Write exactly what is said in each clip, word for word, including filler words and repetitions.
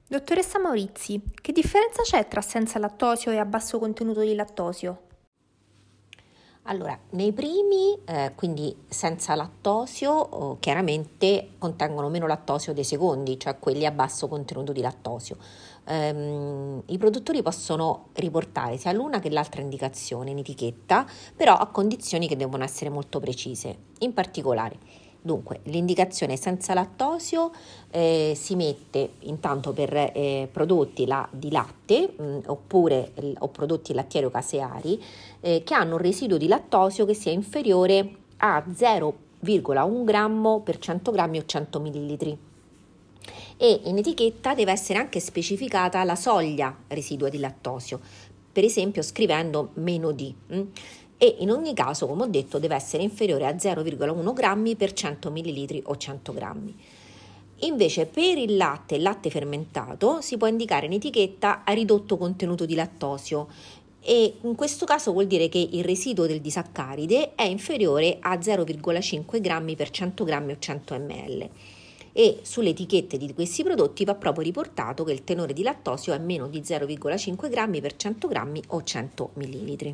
Dottoressa Maurizi, che differenza c'è tra senza lattosio e a basso contenuto di lattosio? Allora, nei primi, eh, quindi senza lattosio, oh, chiaramente contengono meno lattosio dei secondi, cioè quelli a basso contenuto di lattosio. Ehm, I produttori possono riportare sia l'una che l'altra indicazione in etichetta, però a condizioni che devono essere molto precise. In particolare, dunque, l'indicazione senza lattosio eh, si mette intanto per eh, prodotti la, di latte mh, oppure l- o prodotti lattieri caseari eh, che hanno un residuo di lattosio che sia inferiore a zero virgola uno grammo per cento grammi o cento millilitri. E in etichetta deve essere anche specificata la soglia residua di lattosio, per esempio scrivendo meno di. Mh? E in ogni caso, come ho detto, deve essere inferiore a zero virgola uno grammi per cento millilitri o cento grammi. Invece per il latte e il latte fermentato si può indicare in etichetta a ridotto contenuto di lattosio e in questo caso vuol dire che il residuo del disaccaride è inferiore a zero virgola cinque grammi per cento grammi o cento millilitri. E sulle etichette di questi prodotti va proprio riportato che il tenore di lattosio è meno di zero virgola cinque grammi per cento grammi o cento millilitri.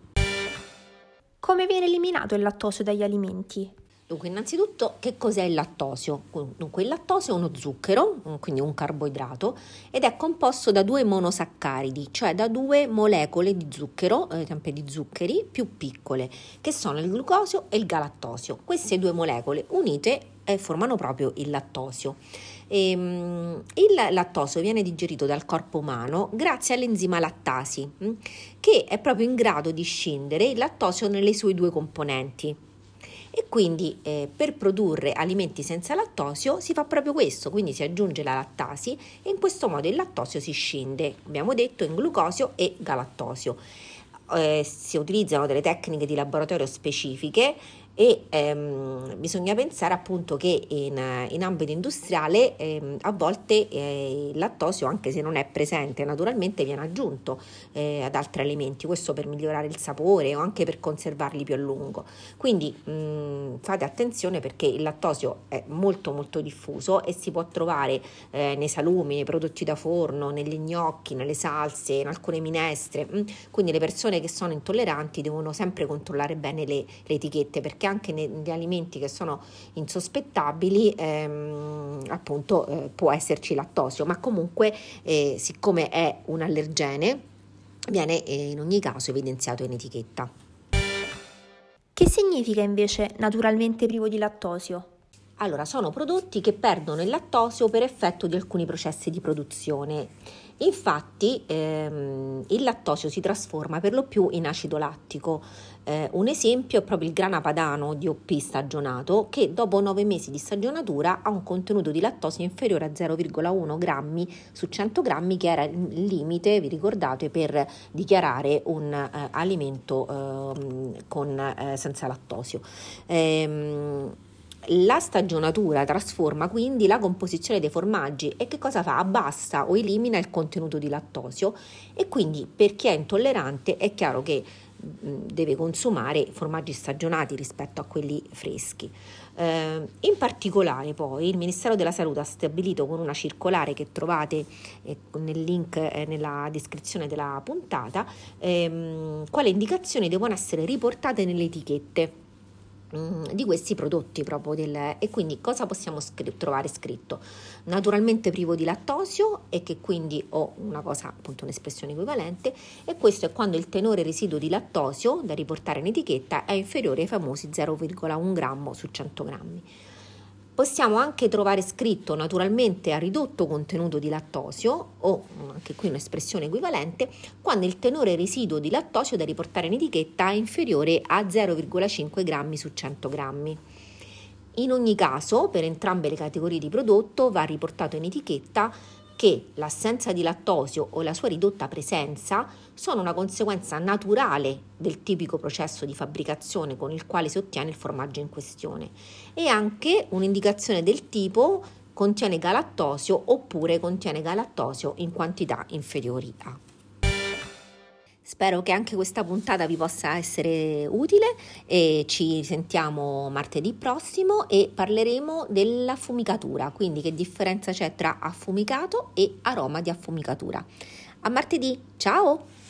Come viene eliminato il lattosio dagli alimenti? Dunque, innanzitutto, che cos'è il lattosio? Dunque, il lattosio è uno zucchero, quindi un carboidrato, ed è composto da due monosaccaridi, cioè da due molecole di zucchero, eh, sempre di zuccheri, più piccole, che sono il glucosio e il galattosio. Queste due molecole unite eh, formano proprio il lattosio. E, um, il lattosio viene digerito dal corpo umano grazie all'enzima lattasi, mh, che è proprio in grado di scindere il lattosio nelle sue due componenti. E quindi eh, per produrre alimenti senza lattosio si fa proprio questo, quindi si aggiunge la lattasi e in questo modo il lattosio si scinde, abbiamo detto, in glucosio e galattosio. Eh, si utilizzano delle tecniche di laboratorio specifiche e ehm, bisogna pensare appunto che in, in ambito industriale ehm, a volte eh, il lattosio, anche se non è presente naturalmente, viene aggiunto eh, ad altri alimenti, questo per migliorare il sapore o anche per conservarli più a lungo. Quindi mh, fate attenzione perché il lattosio è molto molto diffuso e si può trovare eh, nei salumi, nei prodotti da forno, negli gnocchi, nelle salse, in alcune minestre, mh? Quindi le persone che sono intolleranti devono sempre controllare bene le, le etichette, perché anche negli alimenti che sono insospettabili ehm, appunto eh, può esserci lattosio, ma comunque eh, siccome è un allergene viene eh, in ogni caso evidenziato in etichetta. Che significa invece naturalmente privo di lattosio? Allora, sono prodotti che perdono il lattosio per effetto di alcuni processi di produzione. Infatti ehm, il lattosio si trasforma per lo più in acido lattico. Eh, un esempio è proprio il grana padano D O P stagionato, che dopo nove mesi di stagionatura ha un contenuto di lattosio inferiore a zero virgola uno grammi su cento grammi, che era il limite, vi ricordate, per dichiarare un eh, alimento eh, con, eh, senza lattosio. Ehm, La stagionatura trasforma quindi la composizione dei formaggi e che cosa fa? Abbassa o elimina il contenuto di lattosio e quindi per chi è intollerante è chiaro che deve consumare formaggi stagionati rispetto a quelli freschi. Eh, in particolare poi il Ministero della Salute ha stabilito con una circolare che trovate eh, nel link eh, nella descrizione della puntata ehm, quali indicazioni devono essere riportate nelle etichette di questi prodotti proprio del, e quindi cosa possiamo scri- trovare scritto? Naturalmente privo di lattosio e che quindi ho una cosa, appunto un'espressione equivalente, e questo è quando il tenore residuo di lattosio da riportare in etichetta è inferiore ai famosi zero virgola uno grammo su cento grammi. Possiamo anche trovare scritto naturalmente a ridotto contenuto di lattosio, o anche qui un'espressione equivalente, quando il tenore residuo di lattosio da riportare in etichetta è inferiore a zero virgola cinque grammi su cento grammi. In ogni caso, per entrambe le categorie di prodotto va riportato in etichetta che l'assenza di lattosio o la sua ridotta presenza sono una conseguenza naturale del tipico processo di fabbricazione con il quale si ottiene il formaggio in questione, e anche un'indicazione del tipo contiene galattosio oppure contiene galattosio in quantità inferiori a. Spero che anche questa puntata vi possa essere utile e ci sentiamo martedì prossimo e parleremo dell'affumicatura, quindi che differenza c'è tra affumicato e aroma di affumicatura. A martedì, ciao!